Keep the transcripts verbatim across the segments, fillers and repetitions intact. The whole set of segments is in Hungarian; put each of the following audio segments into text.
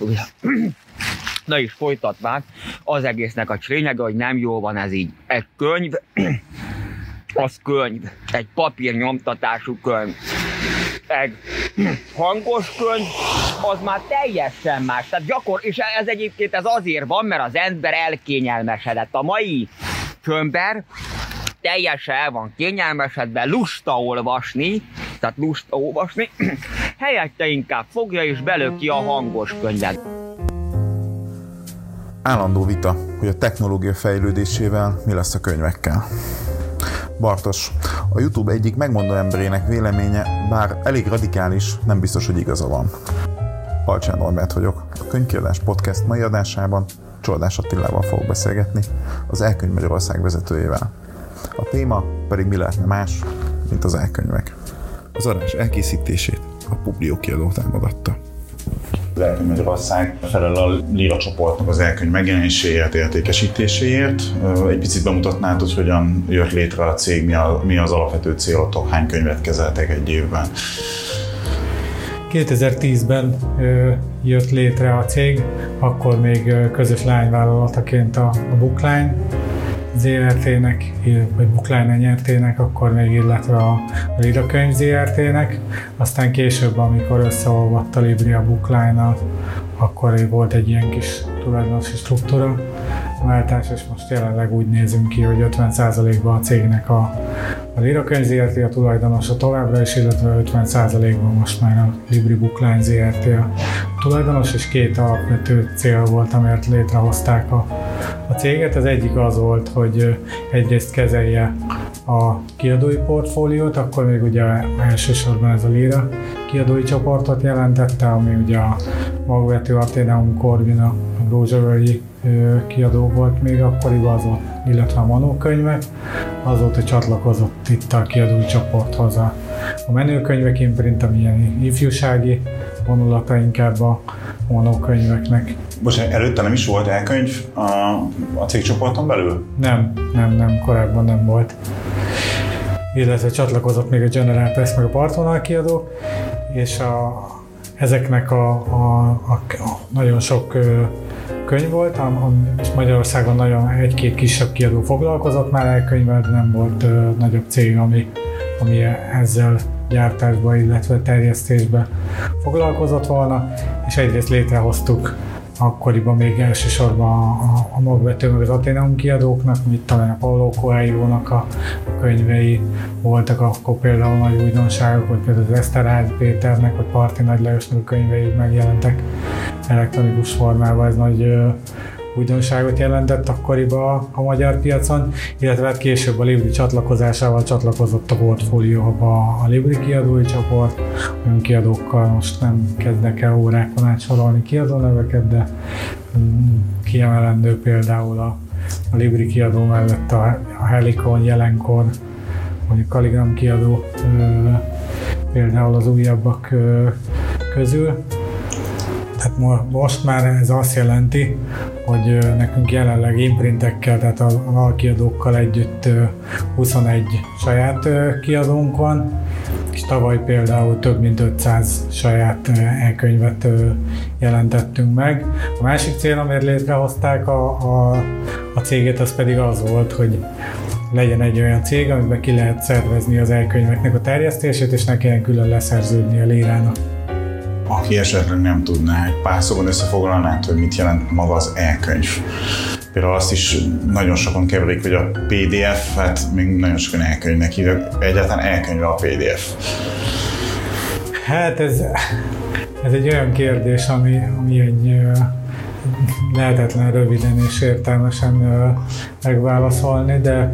Na is folytatván, az egésznek a lényege, hogy nem jól van ez így. Egy könyv, az könyv, egy papírnyomtatású könyv. Egy hangos könyv, az már teljesen más. Tehát gyakor, és ez egyébként ez azért van, mert az ember elkényelmesedett. A mai könyvber teljesen el van kényelmesedve, lusta olvasni, tehát lusta olvasni, helyette inkább fogja és belöki a hangos könyvet. Állandó vita, hogy a technológia fejlődésével mi lesz a könyvekkel. Bartos, a YouTube egyik megmondó emberének véleménye, bár elég radikális, nem biztos, hogy igaza van. Palcsán Norbert vagyok. A Könyvkiadás Podcast mai adásában Csoldás Attilával fogok beszélgetni, az E-könyv Magyarország vezetőjével. A téma pedig mi lehetne más, mint az e-könyvek. Az adás elkészítését a Publio kiadó támogatta. Az E-könyv Magyarország felel a Lira csoportnak az e-könyv megjelenéséért, értékesítéséért. Egy picit bemutatnád, hogy hogyan jött létre a cég, mi, a, mi az alapvető célotok, hány könyvet kezeltek egy évben? kétezer-tízben ö, jött létre a cég, akkor még ö, közös lányvállalataként a, a Bookline zé er té-nek, vagy Bookline en er té-nek, akkor még illetve a Lira könyv zé er té-nek. Aztán később, amikor összeolvadt a Libri a Bookline-nal, akkor volt egy ilyen kis tulajdonosi struktúra váltás, és most jelenleg úgy nézünk ki, hogy ötven százalékban a cégnek a, a Lira könyv zé er té a tulajdonosa továbbra is, illetve ötven százalékban most már a Libri Bookline zé er té a tulajdonos, és két alapvető cél volt, amért létrehozták a, a céget. Az egyik az volt, hogy egyrészt kezelje a kiadói portfóliót, akkor még ugye elsősorban ez a Lira kiadói csoportot jelentette, ami ugye a Magvető, Athenaeum, Corvina, a Rózsavölgyi kiadó volt még akkoriban, azóta, illetve a Manó könyvek, azóta csatlakozott itt a kiadói csoporthoz a, a menőkönyvek imprint, ami ilyen ifjúsági vonulata inkább a Manó könyveknek. Bocsánat, előtte nem is volt e-könyv a, a cégcsoporton belül? Nem, nem, nem, korábban nem volt. Illetve csatlakozott még a General Press meg a Partvonal kiadók, és a, ezeknek a, a, a, a nagyon sok ö, könyv volt, am, és Magyarországon nagyon egy-két kisebb kiadó foglalkozott már e-könyvvel, de nem volt ö, nagyobb cég, ami, ami ezzel gyártásba, illetve terjesztésbe foglalkozott volna, és egyrészt létrehoztuk akkoriban még elsősorban a, a Magvető meg az Athenaeum kiadóknak, mint talán a Paulo Coelho-nak a, a könyvei voltak, akkor például nagy újdonságok, vagy például az Eszterházy Péternek, vagy Parti Nagy Lajosnak a könyvei megjelentek elektronikus formában, ez nagy ö, újdonságot jelentett akkoriban a, a magyar piacon, illetve hát később a Libri csatlakozásával csatlakozott a portfólióba a Libri kiadói csoport, olyan kiadókkal most nem kezdek el órákon át sorolni kiadóneveket, de mm, kiemelendő például a, a Libri kiadó mellett a, a Helikon, jelenkor, vagy a Kaligram kiadó ö, például az újabbak ö, közül. Tehát most már ez azt jelenti, hogy nekünk jelenleg imprintekkel, tehát az alkiadókkal együtt huszonegy saját kiadónk van, és tavaly például több mint ötszáz saját e-könyvet jelentettünk meg. A másik cél, amiért létrehozták a, a, a céget, az pedig az volt, hogy legyen egy olyan cég, amiben ki lehet szervezni az e-könyveknek a terjesztését, és ne kelljen külön leszerződni a Lirának. Aki esetleg nem tudná, egy pár szóban összefoglalnád, hogy mit jelent maga az e-könyv. Például azt is nagyon sokan keverik, hogy a pé dé ef, hát még nagyon sokan e-könyvnek hívják, egyáltalán e-könyv a pé dé ef. Hát ez, ez egy olyan kérdés, ami, ami egy lehetetlen röviden és értelmesen megválaszolni, de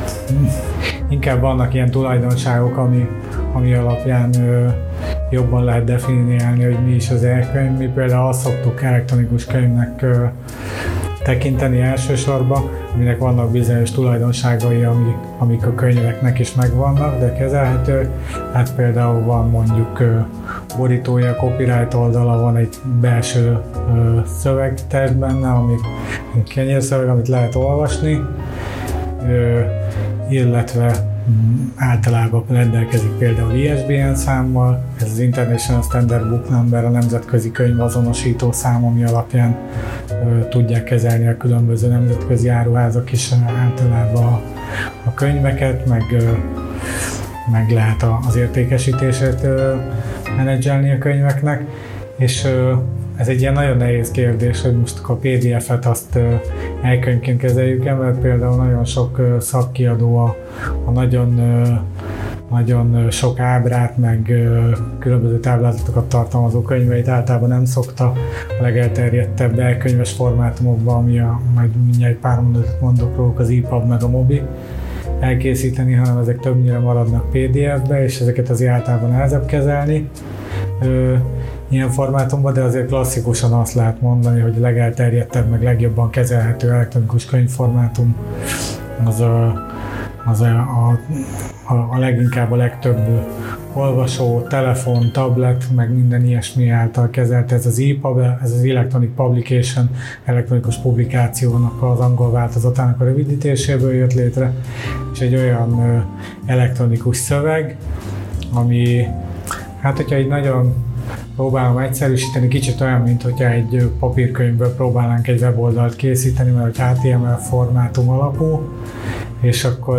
inkább vannak ilyen tulajdonságok, ami, ami alapján jobban lehet definiálni, hogy mi is az e-könyv. Mi például azt szoktuk elektronikus könyvnek ö, tekinteni elsősorban, aminek vannak bizonyos tulajdonságai, amik, amik a könyveknek is megvannak, de kezelhető. Hát például van mondjuk ö, borítója, copyright oldala, van egy belső ö, szövegtest benne, ami kenyérszöveg, amit lehet olvasni, ö, illetve általában rendelkezik például I S B N számmal, ez az International Standard Book Number, a nemzetközi könyvazonosító szám, ami alapján ö, tudják kezelni a különböző nemzetközi áruházak is általában a, a könyveket, meg, ö, meg lehet a, az értékesítését ö, menedzselni a könyveknek, és ö, ez egy ilyen nagyon nehéz kérdés, hogy most a pé dé ef-et azt e-könyvként kezeljük-e, mert például nagyon sok szakkiadó a, a nagyon, nagyon sok ábrát, meg különböző táblázatokat tartalmazó könyveit általában nem szokta a legelterjedtebb e-könyves formátumokban, ami a, majd mindjárt pár mondatot mondok róluk, az e pub meg a mobi elkészíteni, hanem ezek többnyire maradnak pé dé ef-be, és ezeket azért általában nehezebb kezelni ilyen formátumban, de azért klasszikusan azt lehet mondani, hogy a legelterjedtebb, meg legjobban kezelhető elektronikus könyvformátum az a, az a, a, a, a leginkább a legtöbb olvasó, telefon, tablet, meg minden ilyesmi által kezelt. Ez az e pub, ez az Electronic Publication, elektronikus publikációnak az angol változatának a rövidítéséből jött létre, és egy olyan ö, elektronikus szöveg, ami, hát hogyha így nagyon próbálom egyszerűsíteni, kicsit olyan, mint hogyha egy papírkönyvből próbálnánk egy weboldalt készíteni, mert hogy há té em el formátum alapú, és akkor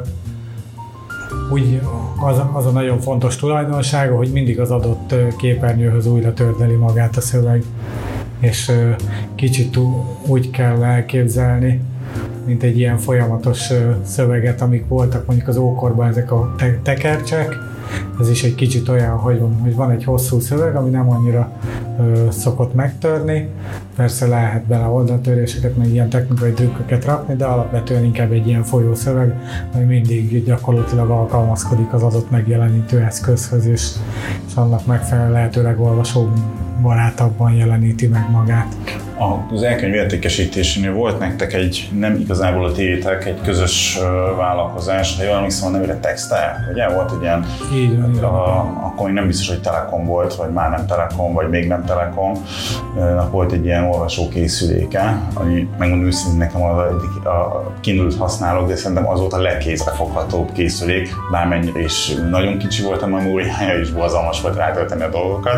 úgy az, az a nagyon fontos tulajdonsága, hogy mindig az adott képernyőhöz újra tördeli magát a szöveg, és kicsit úgy kell elképzelni, mint egy ilyen folyamatos szöveget, amik voltak mondjuk az ókorban ezek a te- tekercsek. Ez is egy kicsit olyan, hogy, hogy van egy hosszú szöveg, ami nem annyira ö, szokott megtörni. Persze lehet bele oldaltöréseket, meg ilyen technikai trükköket rakni, de alapvetően inkább egy ilyen folyó szöveg, ami mindig gyakorlatilag alkalmazkodik az adott megjelenítő eszközhöz, és, és annak megfelelően lehetőleg olvasó barátabban jeleníti meg magát. Az e-könyv értékesítésénél volt nektek egy, nem igazából a tiétek, egy közös vállalkozás, ha jól emlékszem, a nevére Textile, ugye? Volt egy ilyen, így van, a, akkor még nem biztos, hogy Telekom volt, vagy már nem Telekom, vagy még nem Telekom. Volt egy ilyen olvasókészüléke, ami megmondom őszintén nekem az a, a Kindle-t használok, de szerintem azóta legkézrefoghatóbb készülék, bármennyire is nagyon kicsi volt a memóriája, és borzalmas volt rátölteni a dolgokat.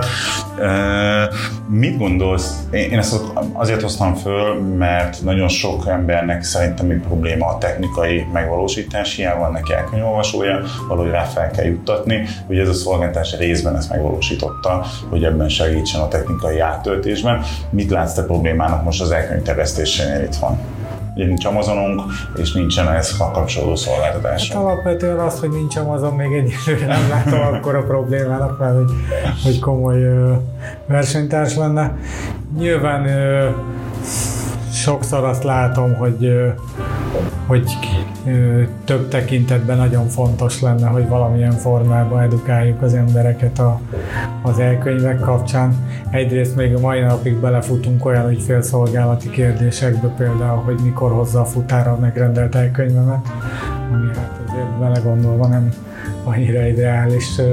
Mit gondolsz? Én ezt azért hoztam föl, mert nagyon sok embernek szerintem egy probléma a technikai megvalósítás hiány, van neki elkönyvolvasója, valahogy rá fel kell juttatni. Ugye ez a szolgáltatás részben ezt megvalósította, hogy ebben segítsen a technikai áttöltésben. Mit látsz te problémának most az elkönyv terjesztésénél itthon? Ugye nincs Amazonunk, és nincsen ehhez a kapcsolódó szolgáltatásunk. Hát alapvetően azt, hogy nincs Amazon, még egyelőre nem látom akkora problémának, mert hogy, hogy komoly ö, versenytárs lenne. Nyilván ö, sokszor azt látom, hogy, ö, hogy ö, több tekintetben nagyon fontos lenne, hogy valamilyen formában edukáljuk az embereket a, az e-könyvek kapcsán. Egyrészt még a mai napig belefutunk olyan ügyfélszolgálati kérdésekbe, például, hogy mikor hozza a futára a megrendelt e-könyvemet, ami hát azért belegondolva nem annyira ideális ö,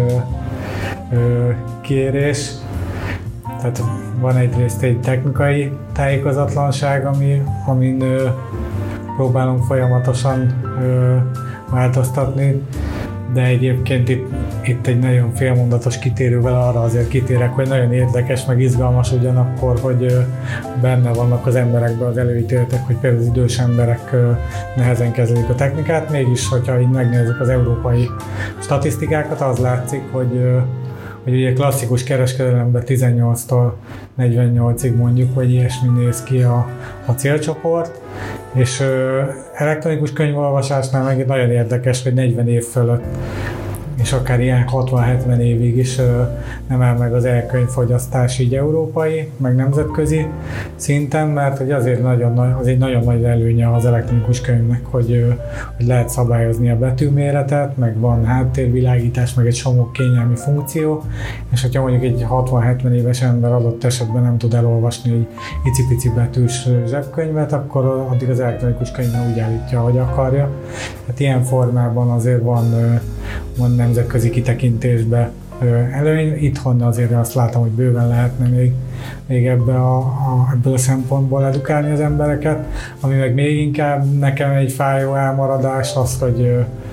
ö, kérés. Tehát van egyrészt egy technikai tájékozatlanság, ami, amin ö, próbálunk folyamatosan ö, változtatni, de egyébként itt, itt egy nagyon félmondatos kitérővel arra azért kitérek, hogy nagyon érdekes, meg izgalmas ugyanakkor, hogy ö, benne vannak az emberekben az előítéletek, hogy például az idős emberek ö, nehezen kezelik a technikát, mégis, hogyha így megnézzük az európai statisztikákat, az látszik, hogy ö, hogy ugye klasszikus kereskedelemben tizennyolctól negyvennyolcig mondjuk, vagy ilyesmi néz ki a, a célcsoport, és ö, elektronikus könyvolvasásnál meg nagyon érdekes, hogy negyven év fölött, és akár ilyen hatvan-hetven évig is ö, nem áll meg az e-könyvfogyasztás így európai, meg nemzetközi szinten, mert hogy azért nagyon, az egy nagyon nagy előnye az elektronikus könyvnek, hogy, ö, hogy lehet szabályozni a betűméretet, meg van háttérvilágítás, meg egy csomó kényelmi funkció, és hogyha mondjuk egy hatvan-hetven éves ember adott esetben nem tud elolvasni egy icipici betűs zsebkönyvet, akkor addig az elektronikus könyv úgy állítja, ahogy akarja. Hát ilyen formában azért van, van nemzetközi kitekintésben előny. Itthon azért azt látom, hogy bőven lehetne még, még ebbe a, a, ebből a szempontból edukálni az embereket. Ami meg még inkább nekem egy fájó elmaradás az, hogy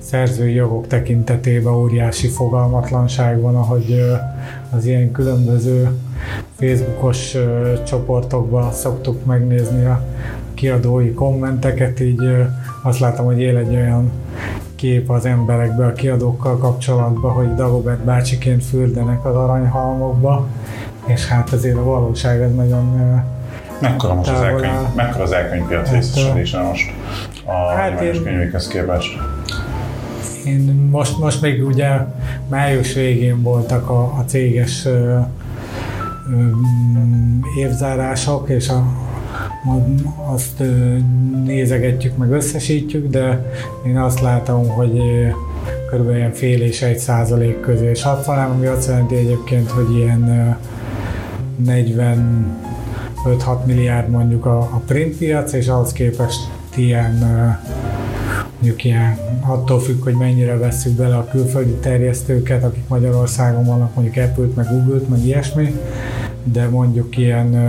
szerzői jogok tekintetében óriási fogalmatlanság van, ahogy az ilyen különböző Facebookos csoportokban szoktuk megnézni a kiadói kommenteket, így azt látom, hogy él egy olyan kép az emberekbe a kiadókkal kapcsolatban, hogy Dagobert bácsiként fürdenek az aranyhalmokba, és hát azért a valóság ez nagyon Mekkora most az elkönyv, mekkora az elkönyvpiac részesedése most a hát hagyományos könyvékhez képest? Én most, most még ugye május végén voltak a, a céges ö, ö, évzárások, és a, azt ö, nézegetjük, meg összesítjük, de én azt látom, hogy körülbelül fél és egy százalék közé satszolnám, ami azt jelenti egyébként, hogy ilyen negyvenöt-hat milliárd mondjuk a, a print piac, és ahhoz képest ilyen mondjuk ilyen, attól függ, hogy mennyire vesszük bele a külföldi terjesztőket, akik Magyarországon vannak, mondjuk Apple-t, meg Google-t, meg ilyesmi, de mondjuk ilyen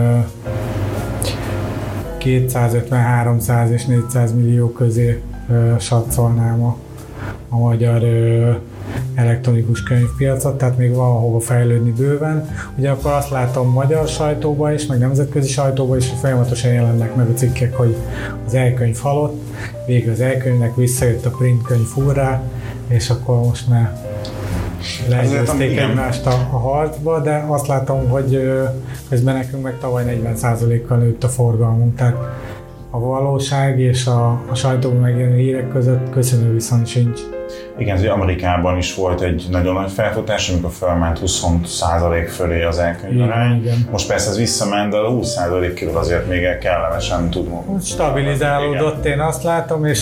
kétszázötven-háromszáz és négyszáz millió közé satszolnám a, a magyar elektronikus könyvpiacot, tehát még van hova fejlődni bőven. Ugyanakkor azt látom magyar sajtóban is, meg nemzetközi sajtóban is, hogy folyamatosan jelennek meg a cikkek, hogy az e-könyv halott, végül az e-könyvnek visszajött a printkönyv furrá, és akkor most már leegyezték egymást a, a harcba, de azt látom, hogy közben nekünk meg tavaly negyven százalékkal nőtt a forgalmunk, tehát a valóság és a, a sajtóban megjelenő hírek között köszönő viszont sincs. Igen, hogy Amerikában is volt egy nagyon nagy felfutás, amikor felment húsz százalék fölé az elkönyvarány. Most persze ez visszament, de a húsz százalék körül azért még kellemesen tud magunk. Stabilizálódott, én azt látom, és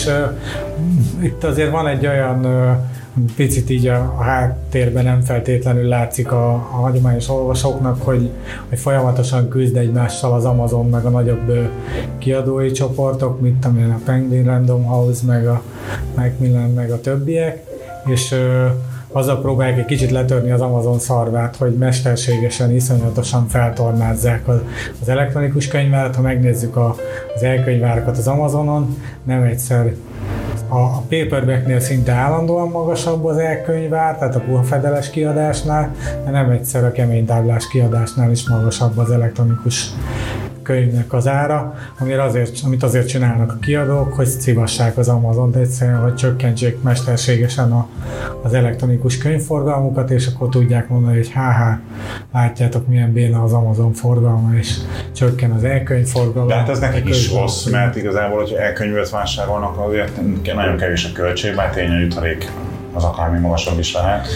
uh, itt azért van egy olyan uh, picit így a, a háttérben nem feltétlenül látszik a, a hagyományos olvasóknak, hogy, hogy folyamatosan küzd egymással az Amazon meg a nagyobb uh, kiadói csoportok, mint amilyen a Penguin Random House, meg a Macmillan, meg a többiek, és uh, azzal próbálják egy kicsit letörni az Amazon szarvát, hogy mesterségesen, iszonyatosan feltornázzák az, az elektronikus könyvet. Ha megnézzük a, az elkönyvárakat az Amazonon, nem egyszer a, a paperbacknél szinte állandóan magasabb az elkönyvár, tehát a puhafedeles kiadásnál, de nem egyszer a keménytáblás kiadásnál is magasabb az elektronikus könyvnek az ára, amire azért, amit azért csinálnak a kiadók, hogy szivassák az Amazont egyszerűen, hogy csökkentsék mesterségesen a, az elektronikus könyvforgalmukat, és akkor tudják mondani, hogy há-há, látjátok milyen béna az Amazon forgalma, és csökken az e-könyvforgalom. De hát ez nekik is rossz, mert igazából, hogyha e-könyvet vásárolnak, azért nagyon kevés a költség, bár tényleg jutalék az akármi magasabb is lehet.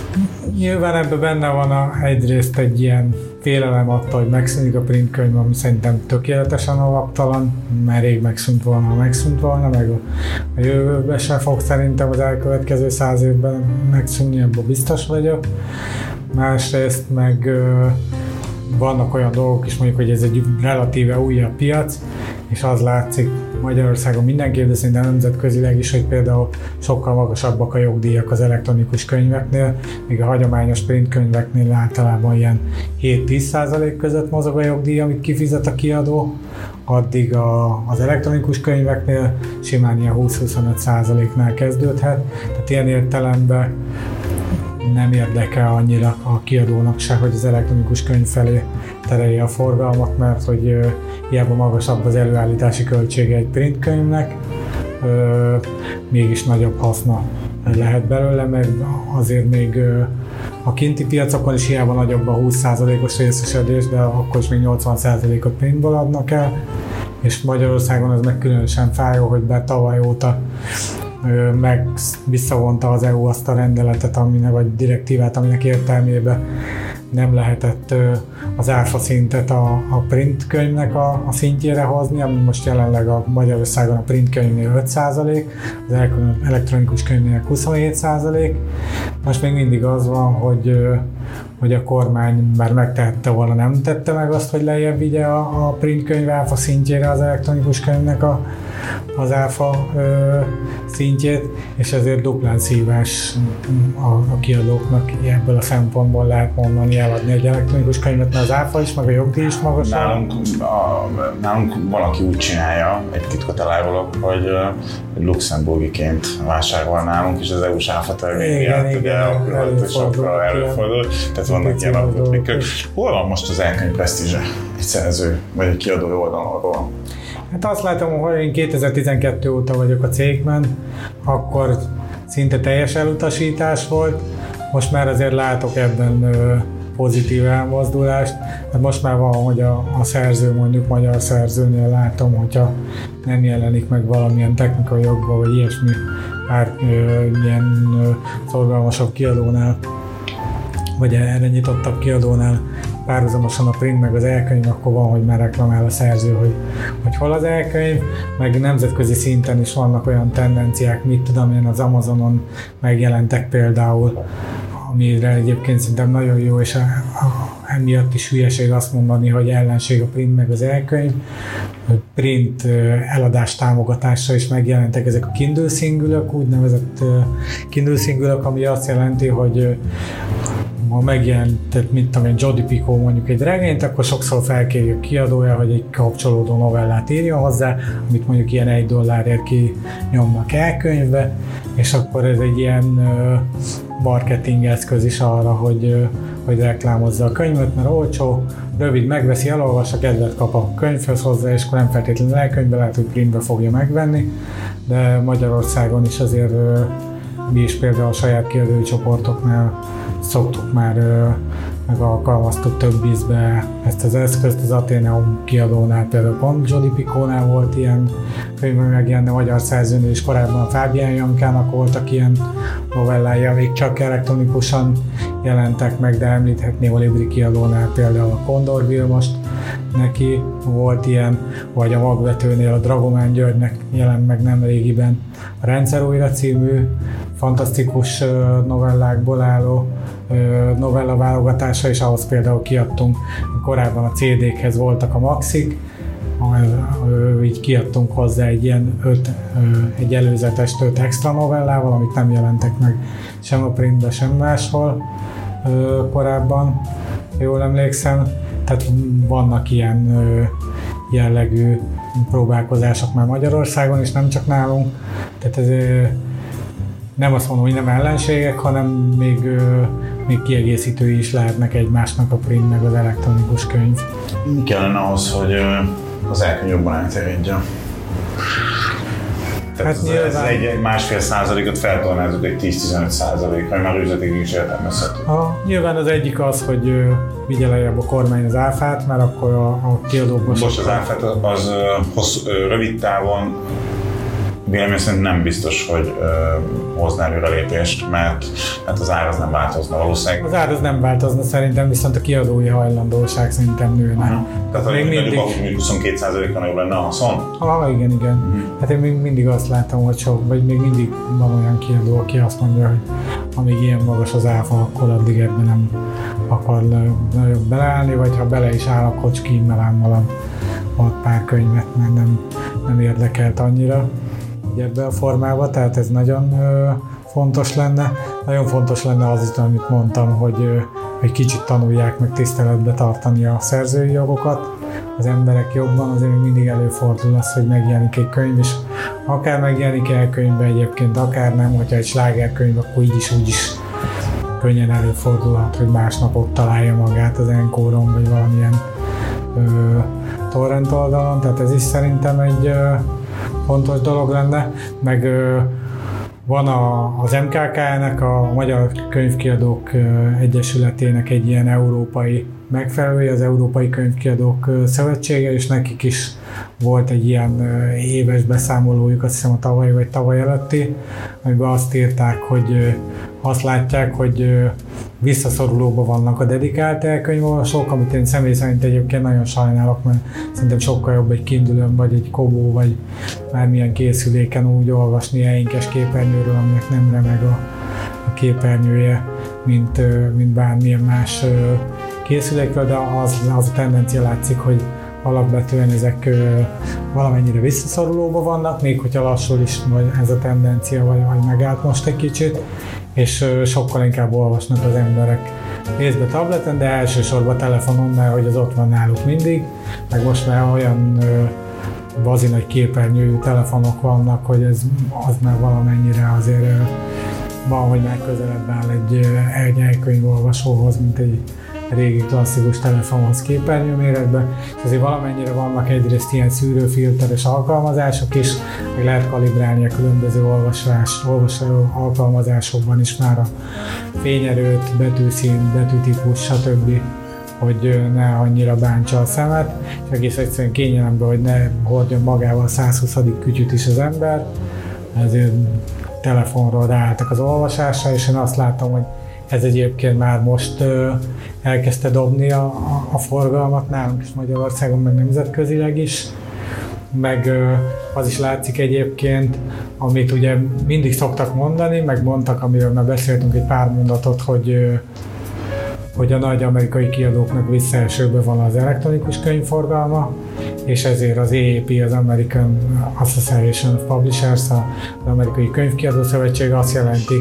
Nyilván ebben benne van a, egyrészt egy ilyen félelem attól, hogy megszűnik a printkönyv, ami szerintem tökéletesen alaptalan, mert rég megszűnt volna, ha megszűnt volna, meg a, a jövőben sem fog szerintem az elkövetkező száz évben megszűnni, ebben biztos vagyok. Másrészt meg ö, vannak olyan dolgok is, mondjuk, hogy ez egy relatíve újabb piac, és az látszik Magyarországon mindenképp, de szerintem nemzetközileg is, hogy például sokkal magasabbak a jogdíjak az elektronikus könyveknél, míg a hagyományos printkönyveknél általában ilyen hét-tíz százalék között mozog a jogdíj, amit kifizet a kiadó, addig a, az elektronikus könyveknél simán ilyen húsz-huszonöt százaléknál kezdődhet, tehát ilyen értelemben nem érdekel annyira a kiadónak se, hogy az elektronikus könyv felé terelje a forgalmat, mert hogy uh, hiába magasabb az előállítási költsége egy printkönyvnek, uh, mégis nagyobb haszna lehet belőle, meg azért még uh, a kinti piacokon is hiába nagyobb a húsz százalékos részesedés, de akkor is még nyolcvan százalékot printból adnak el, és Magyarországon ez meg különösen fájó, hogy bár tavaly óta meg visszavonta az é u azt a rendeletet, aminek, vagy direktívát, aminek értelmében nem lehetett az áfa szintet a, a printkönyvnek a, a szintjére hozni, ami most jelenleg a Magyarországon a printkönyvnél öt százalék, az elektronikus könyvnél huszonhét százalék. Most még mindig az van, hogy, hogy a kormány már megtehette volna, nem tette meg azt, hogy lejjebb vigye a, a printkönyv áfa szintjére az elektronikus könyvnek a az áfa ö, szintjét, és ezért duplán szívás a, a kiadóknak ebből a szempontból lehet mondani eladni egy elektronikus könyvet, mert az áfa is, meg a jogdíj is magas. Nálunk, a, nálunk valaki úgy csinálja, egy titkot elárulok, hogy uh, luxemburgiként vásárol nálunk, és az é u-s áfa törvény miatt ugye előfordul, előfordul, tehát vannak ilyen alapvetők. Hol van most az elkönyv presztízse egy szerző, vagy egy kiadó oldalról? Hát azt látom, hogy én kétezer-tizenkettő óta vagyok a cégben, akkor szinte teljes elutasítás volt, most már azért látok ebben pozitív elmozdulást. Hát most már van, hogy a, a szerző, mondjuk magyar szerzőnél látom, hogyha nem jelenik meg valamilyen technikai jogban, vagy ilyesmi, pár ö, ilyen ö, szorgalmasabb kiadónál, vagy erre nyitottabb kiadónál párhuzamosan a print meg az elkönyv, akkor van, hogy már reklamál a szerző, hogy, hogy hol az elkönyv, meg nemzetközi szinten is vannak olyan tendenciák, mit tudom én, az Amazonon megjelentek például, amire egyébként szerintem nagyon jó, és a, a, emiatt is hülyeség azt mondani, hogy ellenség a print meg az elkönyv. Print eladás támogatásra is megjelentek ezek a Kindle single-ök, úgynevezett Kindle single-ök, ami azt jelenti, hogy ha megjelent, tehát mit tudom én, Jodi Picoult mondjuk egy regényt, akkor sokszor felkéri a kiadója, hogy egy kapcsolódó novellát írjon hozzá, amit mondjuk ilyen egy dollárért kinyomnak elkönyvbe, és akkor ez egy ilyen marketing eszköz is arra, hogy, hogy reklámozza a könyvet, mert olcsó, rövid, megveszi, elolvassa, kedvet kap a könyvhöz hozzá, és akkor nem feltétlenül elkönyvbe, lehet, hogy printbe fogja megvenni, de Magyarországon is azért mi is például a saját kiadói csoportoknál szoktuk már, meg alkalmaztuk több ízbe ezt az eszközt, az Atheneum kiadónál például pont Jodi Picoultnál volt ilyen könyv, megjelenne magyar szerzőnél is, korábban a Fábián Jankának voltak ilyen novellái, amik csak elektronikusan jelentek meg, de említhetném a Libri kiadónál például a Kondor Vilmost, neki volt ilyen, vagy a Magvetőnél a Dragomán Györgynek jelent meg nem régiben a Rendszerújra című fantasztikus novellákból álló novella válogatása, és ahhoz például kiadtunk, korábban a cé dé-khez voltak a maxik, így kiadtunk hozzá egy ilyen öt, egy előzetes öt extra novellával, amik nem jelentek meg sem a printbe, sem máshol korábban, jól emlékszem. Tehát vannak ilyen jellegű próbálkozások már Magyarországon, és nem csak nálunk. Tehát ez nem azt mondom, hogy nem ellenségek, hanem még, még kiegészítői is lehetnek egymásnak a print meg az elektronikus könyv. Mi kellene ahhoz, hogy az elkönyv jobban elterjedjen? Tehát hát ez, ez egy másfél százalékot feltornázzuk egy tíz-tizenöt százalékra, hogy már üzletig is értelmezhető. Nyilván az egyik az, hogy vigye lejjebb a kormány az áfát, mert akkor a, a kiadók most... Most az áfát az hossz, rövid távon vélemény szerint nem biztos, hogy uh, hozná előrelépést, mert, mert az ár az nem változna valószínűleg. Az ár az nem változna szerintem, viszont a kiadói hajlandóság szerintem nőne. Uh-huh. Tehát még mindig huszonkét százalékkal jobb lenne a haszon? Ah, igen, igen. Uh-huh. Hát én még mindig azt látom, hogy sok, vagy még mindig van olyan kiadó, aki azt mondja, hogy amíg ilyen magas az áfa, akkor addig ebben nem akar nagyon beleállni, vagy ha bele is áll, akkor csak kímmelem valami pár könyvet, mert nem, nem érdekelt annyira ebbe a formába, tehát ez nagyon ö, fontos lenne. Nagyon fontos lenne az is, amit mondtam, hogy ö, egy kicsit tanulják meg tiszteletbe tartani a szerzői jogokat. Az emberek jobban, azért még mindig előfordul az, hogy megjelenik egy könyv, és akár megjelenik el könyvbe egyébként, akár nem, hogyha egy slágerkönyv, akkor így is úgy is könnyen előfordulhat, hogy másnap ott találja magát az Encore-on, vagy valamilyen ö, torrent oldalon, tehát ez is szerintem egy ö, fontos dolog lenne, meg ö, van a, az em ká ká-nek, a Magyar Könyvkiadók ö, Egyesületének egy ilyen európai megfelelője, az Európai Könyvkiadók ö, Szövetsége, és nekik is volt egy ilyen ö, éves beszámolójuk, azt hiszem a tavaly vagy tavaly előtti, amiben azt írták, hogy ö, azt látják, hogy ö, visszaszorulóban vannak a dedikált elkönyvolvasók, amit én személy szerint egyébként nagyon sajnálok, mert szerintem sokkal jobb egy Kindle-ön, vagy egy Kobo, vagy bármilyen készüléken úgy olvasni elénkes képernyőről, aminek nem remeg a, a képernyője, mint, mint bármilyen más készülékről, de az, az a tendencia látszik, hogy alapvetően ezek valamennyire visszaszorulóban vannak, még hogyha lassul is vagy ez a tendencia, vagy, vagy megállt most egy kicsit, és sokkal inkább olvasnak az emberek részben tableten, de elsősorban telefonon, mert hogy az ott van náluk mindig, meg most már olyan bazi nagy képernyőjű telefonok vannak, hogy ez az már valamennyire azért van, hogy már közelebb áll egy, egy elkönyvolvasóhoz, mint egy régi klasszikus telefonhoz képernyőméretben. Azért valamennyire vannak egyrészt ilyen szűrőfilteres alkalmazások is, meg lehet kalibrálni a különböző olvasás, olvasó alkalmazásokban is már a fényerőt, betűszínt, betűtípus, stb., hogy ne annyira bántsa a szemet, és egész egyszerűen kényelemben, hogy ne hordjon magával a százhuszadik kütyüt is az ember, ezért telefonról ráálltak az olvasásra, és én azt látom, hogy ez egyébként már most ö, elkezdte dobni a, a, a forgalmat nálunk is Magyarországon, meg nemzetközileg is. Meg ö, az is látszik egyébként, amit ugye mindig szoktak mondani, meg mondtak, amiről már beszéltünk egy pár mondatot, hogy, ö, hogy a nagy amerikai kiadóknak visszaesőben van az elektronikus könyvforgalma, és ezért az á á pé, az American Association of Publishers, az Amerikai Könyvkiadó Szövetség azt jelenti,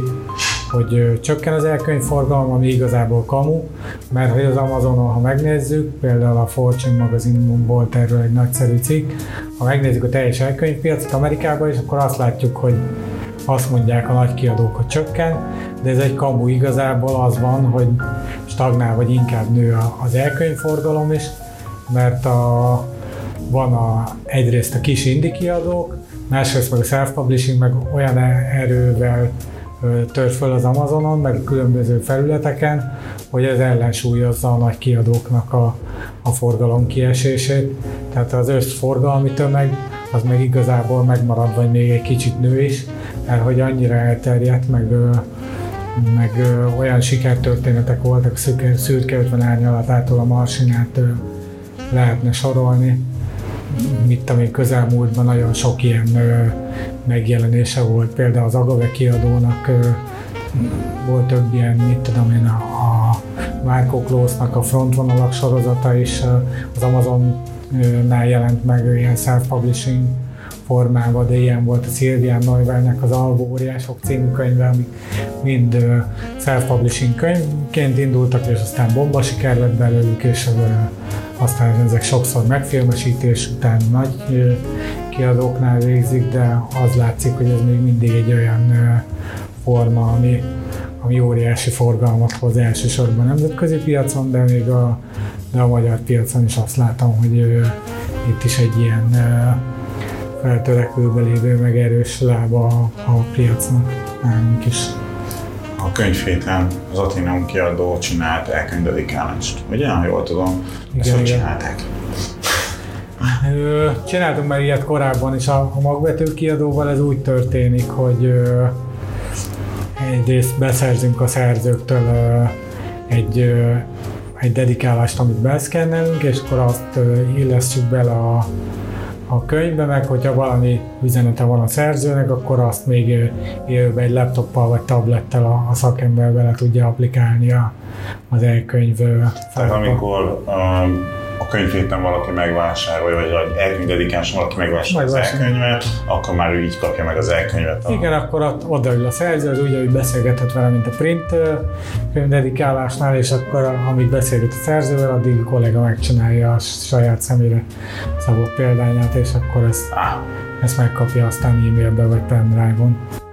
hogy csökken az elkönyvforgalom, ami igazából kamu, mert hogy az Amazonon, ha megnézzük, például a Fortune magazinban volt erről egy nagyszerű cikk, ha megnézzük a teljes elkönyvpiacot Amerikában, és akkor azt látjuk, hogy azt mondják a nagy kiadók, hogy csökken, de ez egy kamu, igazából az van, hogy stagnál, vagy inkább nő az elkönyvforgalom is, mert a, van a, egyrészt a kis indie kiadók, másrészt meg a self-publishing meg olyan erővel tör föl az Amazonon, meg a különböző felületeken, hogy ez ellensúlyozza a nagy kiadóknak a, a forgalom kiesését. Tehát az összforgalmi tömeg az meg igazából megmarad, vagy még egy kicsit nő is, mert hogy annyira elterjedt, meg, meg olyan sikertörténetek voltak, Szürke ötven árnyalatától a Marsinát lehetne sorolni. Mit tudom én, közelmúltban nagyon sok ilyen ö, megjelenése volt, például az Agave kiadónak ö, volt több ilyen, mit tudom én, a, a Marco Klausnak a Frontvonalak sorozata is ö, az Amazonnál jelent meg ilyen self-publishing formában, de ilyen volt a Szilvián Neuwellnek az Alvó óriások című könyve, amik mind ö, self-publishing könyvként indultak, és aztán bomba siker lett belőlük, és ö, aztán ezek sokszor megfilmesítés után nagy kiadóknál végzik, de az látszik, hogy ez még mindig egy olyan forma, ami, ami óriási forgalmat hoz elsősorban nemzetközi piacon, de még a, de a magyar piacon is azt látom, hogy itt is egy ilyen feltörekvőbe lévő, meg erős lába a, a piacnak nálunk is. A könyvhéten az Athenaeum kiadó csinált elkönyvdedikálást. Ugye, ha jól tudom, ezt hogy csinálták? Csináltunk már ilyet korábban is, a Magvető kiadóval ez úgy történik, hogy egyrészt beszerzünk a szerzőktől egy, egy dedikálást, amit beszkennelünk, és akkor azt illesztjük bele a a könyvbe, meg hogyha valami üzenete van a szerzőnek, akkor azt még élőben egy laptoppal vagy tablettel a, a szakember bele tudja applikálni a, az elkönyv felapa. Tehát amikor um, a könyvhéten valaki megvásárolja, vagy egy elkönyvdedikáláson valaki megvásárolja az elkönyvet, akkor már ő így kapja meg az elkönyvet. A... Igen, akkor odaül a szerző, az úgy, hogy beszélgethet vele, mint a print könyvdedikálásnál, és akkor amit beszélget a szerzővel, addig a kollega megcsinálja a saját személyre szabott példányát, és akkor ezt, ah. ezt megkapja aztán e-mailbe vagy pendrive-on.